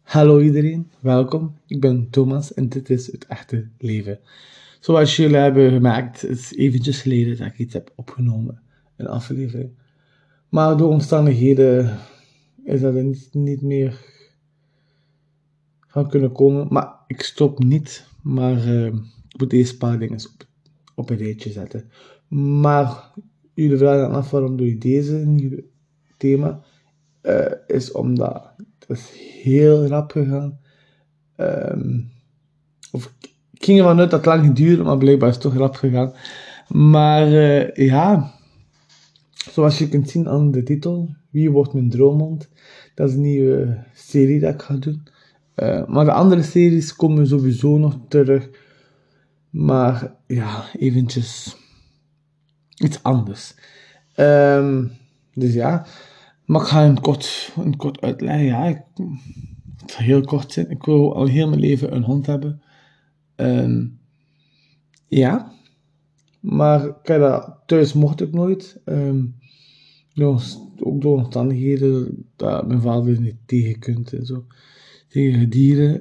Hallo iedereen, welkom. Ik ben Thomas en dit is Het Echte Leven. Zoals jullie hebben gemerkt, is het eventjes geleden dat ik iets heb opgenomen, een aflevering. Maar door omstandigheden is dat er niet meer van kunnen komen. Maar ik stop niet, maar ik moet deze paar dingen op een rijtje zetten. Maar jullie vragen dan af waarom doe je deze nieuwe thema? Is omdat het is heel rap gegaan. Ik ging ervan uit dat het lang ging duren, maar blijkbaar is het toch rap gegaan. Maar ja, zoals je kunt zien aan de titel, Wie wordt mijn droommond? Dat is een nieuwe serie dat ik ga doen. Maar de andere series komen sowieso nog terug. Maar ja, eventjes iets anders. Dus ja, maar ik ga een kort uitleggen. Ja, het zal heel kort zijn. Ik wil al heel mijn leven een hond hebben. Ja, maar kijk, thuis mocht ik nooit. Ook door omstandigheden dat mijn vader niet tegen kunt en zo. Tegen dieren.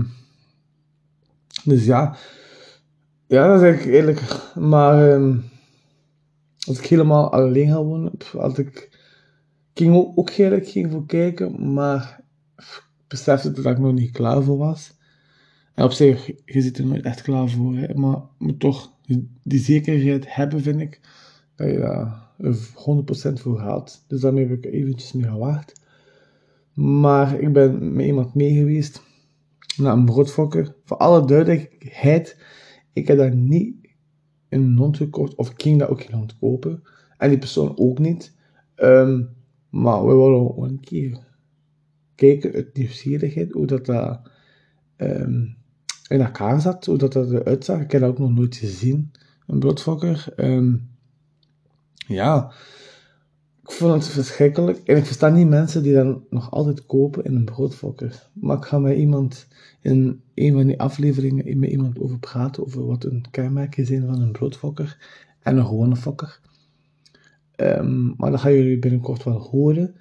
Dus ja. Ja, dat is eigenlijk eerlijk. Maar als ik helemaal alleen ga wonen, ik ging ook eigenlijk geen voor kijken, maar ik besefte dat ik nog niet klaar voor was. En op zich, je zit er nooit echt klaar voor, hè, maar je moet toch die zekerheid hebben, vind ik, dat je daar 100% voor gaat. Dus daarmee heb ik eventjes mee gewacht. Maar ik ben met iemand mee geweest naar een broodfokker. Voor alle duidelijkheid, ik heb daar niet een hond gekocht, of ik ging daar ook geen hond kopen. En die persoon ook niet. Maar we wilden gewoon een keer kijken uit nieuwsgierigheid hoe dat in elkaar zat, hoe dat eruit zag. Ik heb dat ook nog nooit gezien, een broodfokker. Ja, ik vond het verschrikkelijk. En ik versta niet mensen die dan nog altijd kopen in een broodfokker. Maar ik ga met iemand in een van die afleveringen met iemand over praten, over wat een kenmerken zijn van een broodfokker en een gewone fokker. Maar dat gaan jullie binnenkort wel horen.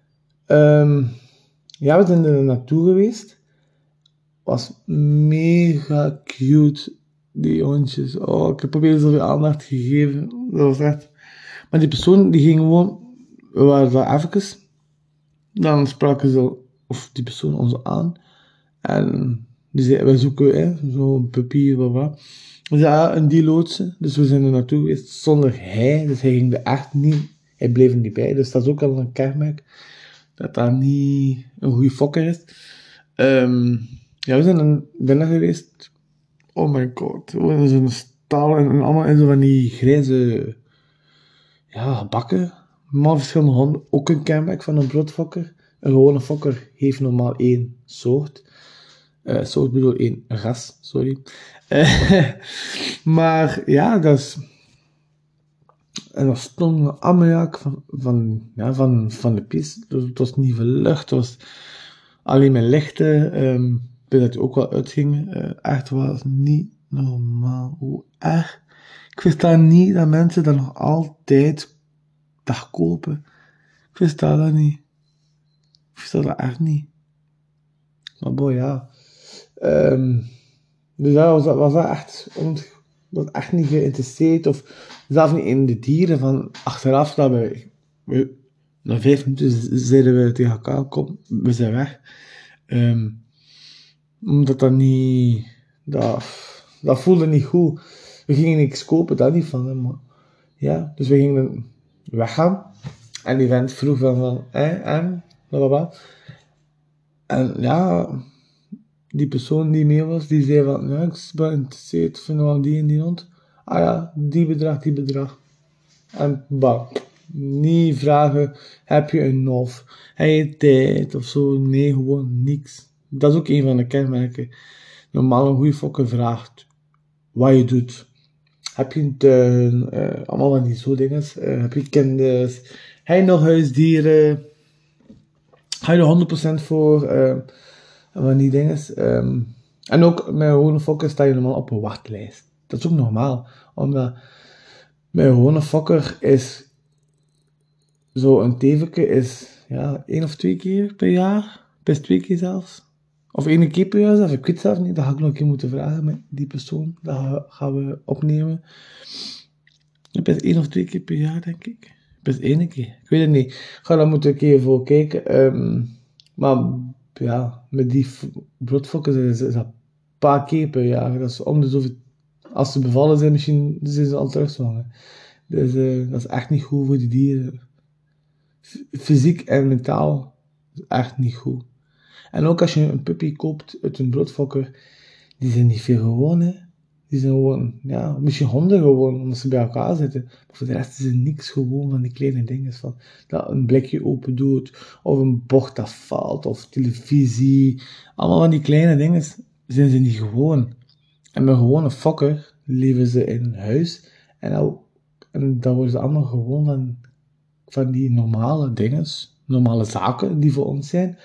Ja, we zijn er naartoe geweest. Was mega cute, die hondjes. Oh, ik heb probeerd zoveel aandacht gegeven. Dat was echt... Maar die persoon, die ging gewoon... We waren daar even. Dan spraken ze, of die persoon ons aan. En die zei, we zoeken zo'n puppy, wat. We zeiden, ja, een die loodsen. Dus we zijn er naartoe geweest zonder hij. Dus hij ging er echt niet... Hij bleef er niet bij. Dus dat is ook al een kenmerk. Dat dat niet een goede fokker is. Ja, we zijn dan binnen geweest. Oh my god. We zijn staal en allemaal in zo van die grijze bakken. Maar verschillende honden. Ook een kenmerk van een broodfokker. Een gewone fokker heeft normaal één soort. Soort bedoel één ras, sorry. Maar ja, dat is... En dat stond ammoniak van de pis. Dus het was niet veel lucht. Het was alleen maar lichten. Dat ook wel uitging. Echt was niet normaal. Hoe erg. Ik versta niet dat mensen dat nog altijd dat kopen. Ik versta dat niet. Ik versta dat echt niet. Maar boy, ja. Dus dat was dat echt... was echt niet geïnteresseerd, of zelfs niet in de dieren, van achteraf dat we na 5 minuten zeiden we tegen elkaar, kom, we zijn weg. Omdat dat niet, dat voelde niet goed. We gingen niks kopen, dat niet van hem, maar ja, dus we gingen weggaan. En die vent vroeg van en, blablabla. En ja, die persoon die mee was, die zei van, ja, ik ben geïnteresseerd, vind wel die en die hond. Ah ja, die bedrag. En bam. Niet vragen, heb je een of, heb je tijd of zo. Nee, gewoon niks. Dat is ook een van de kenmerken. Normaal een goede fokker vraagt wat je doet. Heb je een tuin? Allemaal van die zo dingen. Heb je kinderen? Heb je nog huisdieren? Ga je er 100% voor? Van die dingen. En ook met een gewone fokker sta je normaal op een wachtlijst. Dat is ook normaal. Omdat met een gewone fokker is zo een teveke is 1 of 2 keer per jaar. Best 2 keer zelfs. Of 1 keer per jaar zelf, ik weet zelf niet. Dat ga ik nog een keer moeten vragen met die persoon. Dat gaan we opnemen. Best 1 of 2 keer per jaar, denk ik. Best 1 keer. Ik weet het niet. Ik ga daar moeten een keer voor kijken. Maar ja, met die broodfokkers is dat een paar keer per jaar. Dat is om de zoveel... Als ze bevallen zijn, misschien zijn ze al terugzwanger. Dus dat is echt niet goed voor die dieren. Fysiek en mentaal is echt niet goed. En ook als je een puppy koopt uit een broodfokker, die zijn niet veel gewoon, hè. Die zijn gewoon, ja, misschien honden gewoon, omdat ze bij elkaar zitten. Maar voor de rest is er niks gewoon van die kleine dingen. Van dat een blikje open doet, of een bocht dat valt, of televisie. Allemaal van die kleine dingen zijn ze niet gewoon. En met gewone fokker leven ze in huis. En dan worden ze allemaal gewoon van die normale dingen, normale zaken die voor ons zijn.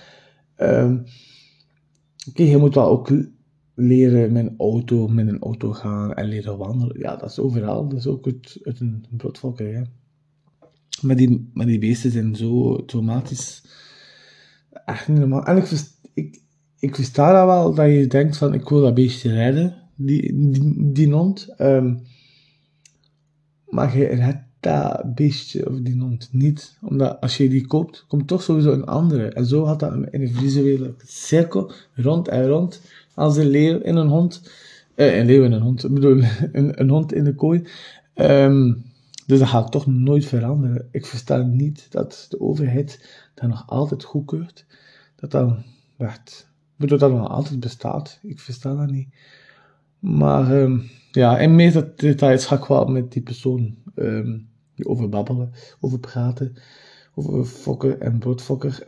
Oké, je moet wel ook leren met een auto gaan en leren wandelen. Ja, dat is overal. Dat is ook uit een broodfokker, ja. Maar die beesten zijn zo traumatisch. Echt niet normaal. En ik versta dat wel, dat je denkt van, ik wil dat beestje redden, die hond. Maar je redt dat beestje of die hond niet. Omdat als je die koopt, komt toch sowieso een andere. En zo gaat dat in een visuele cirkel, rond en rond. Als een leeuw in een hond. Een leeuw in een hond. Ik bedoel, een hond in de kooi. Dus dat gaat toch nooit veranderen. Ik versta niet dat de overheid dat nog altijd goedkeurt. Dat werd. Ik bedoel, dat nog altijd bestaat. Ik versta dat niet. Maar ja, en meestal details ga ik wel met die persoon over babbelen, over praten, over fokker en broodfokker.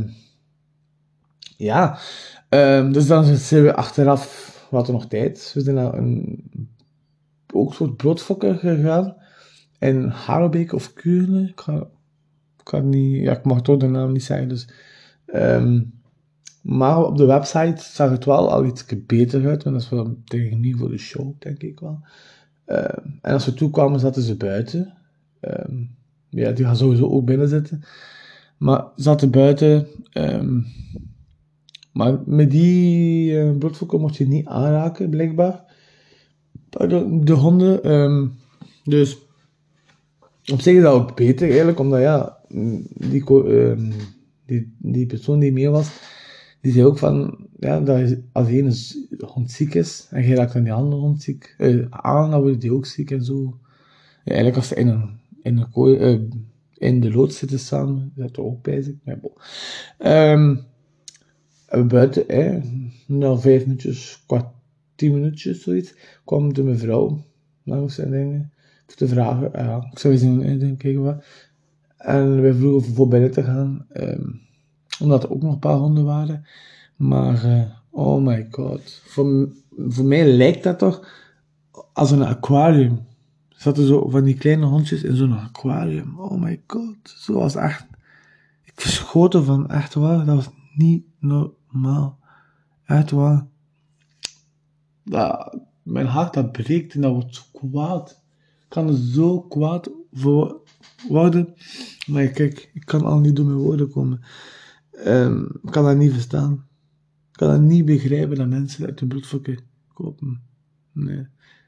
Ja, dus dan zijn we achteraf, we hadden nog tijd, we zijn naar ook een soort broodfokker gegaan in Harelbeke of Kuurne. Ik mag toch de naam niet zeggen, dus... maar op de website zag het wel al iets beter uit, want dat is wel een techniek voor de show, denk ik wel. En als we toekwamen, zaten ze buiten. Ja, die gaan sowieso ook binnen zitten. Maar ze zaten buiten. Maar met die broodfokker mocht je niet aanraken, blijkbaar. De honden. Dus op zich is dat ook beter, eigenlijk, omdat ja, die persoon die mee was, die zei ook van, ja, dat als de ene hond ziek is, en je raakt dan die andere hond ziek aan, dan wordt die ook ziek en zo. Ja, eigenlijk als ze in een kooi, in de loods zitten samen, dat er ook bij zit. Maar bon. En buiten, na 5 minuutjes, 10 minuutjes, zoiets, kwam de mevrouw langs en dingen, voor te vragen, ja, ik zou eens in kijken wat. En wij vroegen voor binnen te gaan, omdat er ook nog een paar honden waren. Maar, oh my god. Voor mij lijkt dat toch als een aquarium. Er zaten zo van die kleine hondjes in zo'n aquarium. Oh my god. Zo was echt... Ik verschoten van, echt waar. Dat was niet normaal. Echt waar. Mijn hart dat breekt en dat wordt zo kwaad. Ik kan er zo kwaad voor worden. Maar kijk, ik kan al niet door mijn woorden komen. Ik kan dat niet verstaan. Ik kan dat niet begrijpen dat mensen uit de broodfokker kopen. Nee.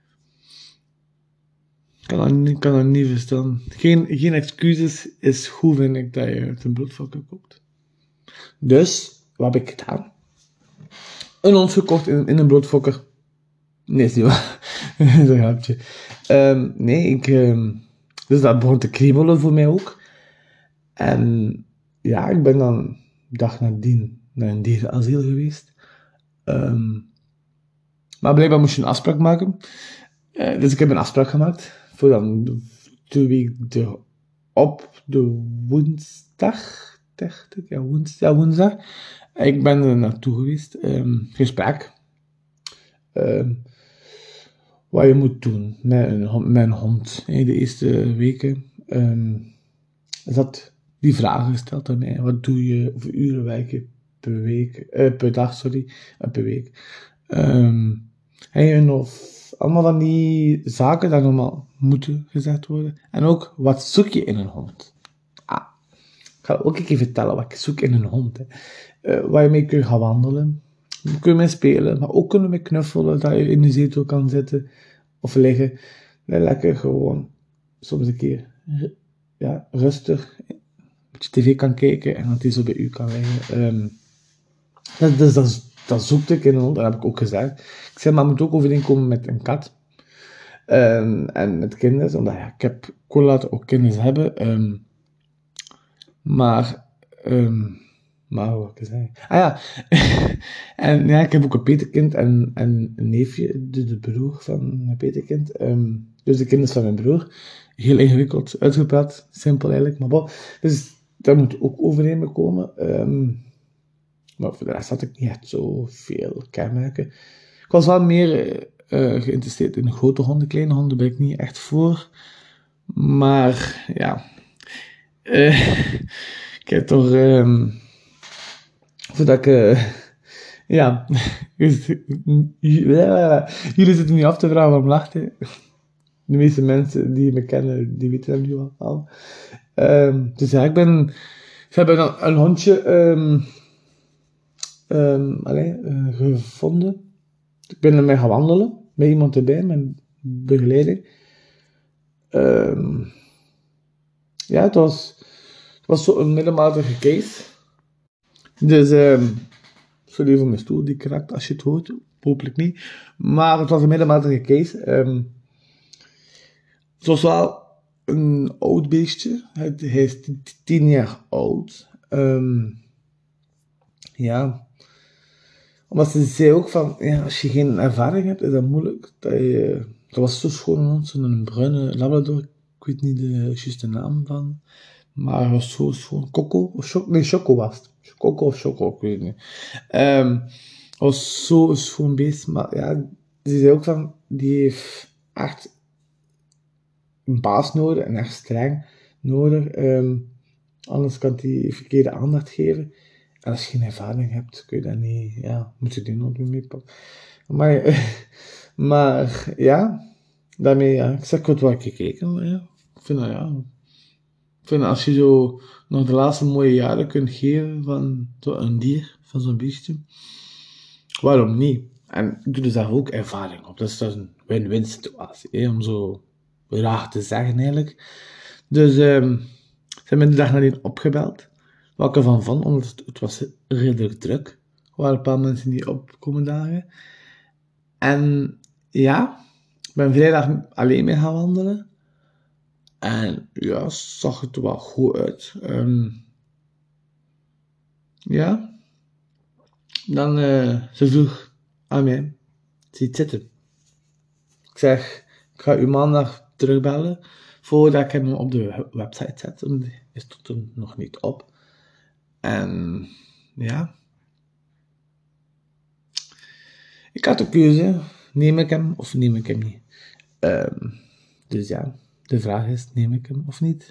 Ik kan dat niet verstaan. Geen excuses is goed, vind ik, dat je uit een broodfokker koopt. Dus, wat heb ik gedaan? Een hond gekocht in een broodfokker. Nee, is niet waar. Dat is een grapje. Nee, dus dat begon te kriebelen voor mij ook. En ja, ik ben dan dag nadien naar een dierenasiel geweest. Maar blijkbaar moest je een afspraak maken. Dus ik heb een afspraak gemaakt. Voor dan 2 weken op de woensdag. Dacht ik. Ja, woensdag. Ik ben er naartoe geweest. Gesprek. Wat je moet doen met een hond. De eerste weken. Die vragen gesteld aan mij. Wat doe je? Hoeveel uren werken per dag, per week. Of allemaal van die zaken die normaal moeten gezegd worden. En ook, wat zoek je in een hond? Ik ga ook een keer vertellen wat ik zoek in een hond. Waar je mee kunt gaan wandelen. Dan kun je mee spelen, maar ook kunnen we knuffelen, dat je in de zetel kan zitten of liggen. En lekker gewoon soms een keer rustig een beetje tv kan kijken en dat hij zo bij u kan liggen. Dus dat zoek ik in een hond, dat heb ik ook gezegd. Ik zei, maar het moet ook overeenkomen met een kat. En met kinderen, omdat ik heb kon laten ook kinderen hebben. Maar hoe wil ik het zeggen? Ah ja, en ja, ik heb ook een petekind en een neefje, dus de broer van mijn petekind. Dus de kinderen van mijn broer. Heel ingewikkeld uitgepraat, simpel eigenlijk, maar bon. Dus daar moet ook overeen komen. Maar voor de rest had ik niet echt zoveel kenmerken. Ik was wel meer geïnteresseerd in grote honden, kleine honden ben ik niet echt voor. Maar ja, ik heb toch, voordat ik, ja, jullie zitten nu af te vragen waarom lacht je. De meeste mensen die me kennen, die weten dat nu al. Dus ja, ik heb een hondje gevonden. Ik ben ermee gaan wandelen, met iemand erbij, met begeleiding. Ja, het was zo een middelmatige case. Dus, sorry voor mijn stoel, die krakt als je het hoort. Hopelijk niet. Maar het was een middelmatige case. Het was wel een oud beestje. Hij is 10 jaar oud. Ja. Omdat ze zei ook van, ja, als je geen ervaring hebt, is dat moeilijk. Dat was zo schoon, zo'n bruine Labrador. Ik weet niet de juiste naam van. Maar hij was zo schoon. Coco? Choco was het. Coco of Choco, ik weet het niet. Het was zo'n schoon beest. Maar ja, ze zei ook van, die heeft echt een baas nodig en echt streng nodig. Anders kan hij verkeerde aandacht geven. En als je geen ervaring hebt, kun je dat niet, ja, moet je die nog mee pakken. Maar ja, daarmee, ja, ik zeg, ik had wel gekeken, maar ja, ik vind dat, ja, ik vind dat als je zo nog de laatste mooie jaren kunt geven van zo'n dier, van zo'n beestje, waarom niet? En ik doe dus daar ook ervaring op, dus dat is een win-win situatie, om zo raar te zeggen eigenlijk. Dus, ze hebben de dag nadien opgebeld. Wat ik ervan vond, omdat het was redelijk druk. Er waren een paar mensen die opkomen dagen. En ja, ik ben vrijdag alleen mee gaan wandelen. En ja, zag het er wel goed uit. Ja. Dan, ze vroeg aan mij, ziet zitten. Ik zeg, ik ga u maandag terugbellen, voordat ik hem op de website zet. Want die stond er nog niet op. En ja, ik had de keuze, neem ik hem of neem ik hem niet. Dus ja, de vraag is, neem ik hem of niet?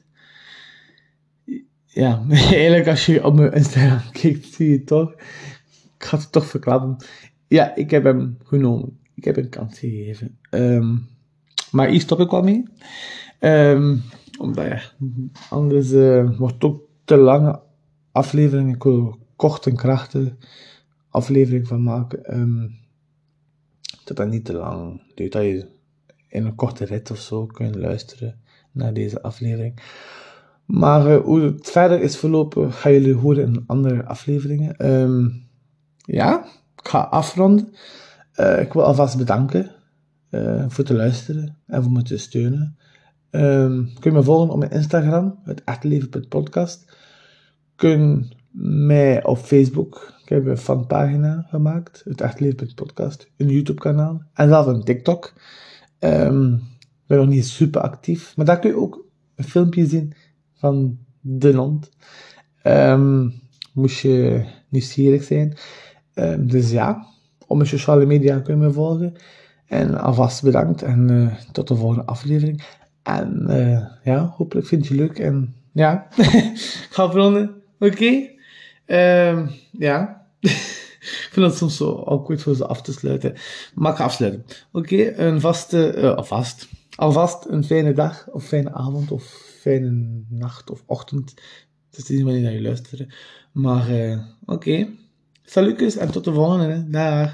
Ja, eigenlijk als je op mijn Instagram kijkt, zie je het toch. Ik ga het toch verklappen. Ja, ik heb hem genomen. Ik heb een kans gegeven. Maar hier stop ik wel mee. Omdat ja, anders wordt het ook te lange aflevering. Ik wil kort en krachtig aflevering van maken. Dat niet te lang duurt. Dat je in een korte rit of zo kunt luisteren naar deze aflevering. Maar hoe het verder is verlopen, gaan jullie horen in andere afleveringen. Ja, ik ga afronden. Ik wil alvast bedanken voor te luisteren en voor me te steunen. Kun je me volgen op mijn Instagram, het echtleven.podcast. Kun mij op Facebook, ik heb een fanpagina gemaakt, het echtleven.podcast, een YouTube kanaal en zelf een TikTok. Ik ben nog niet super actief, maar daar kun je ook een filmpje zien van de hond. Moest je nieuwsgierig zijn. Dus ja, op mijn sociale media kun je me volgen. En alvast bedankt en tot de volgende aflevering. En ja, hopelijk vind je het leuk. En ja, ik ga afronden. Oké? Ja. Ik vind het soms zo awkward voor ze af te sluiten. Maar ik ga afsluiten. Oké, alvast een fijne dag, of fijne avond, of fijne nacht, of ochtend. Het is niet wanneer je luistert. Maar oké. Salutjes en tot de volgende. Dag.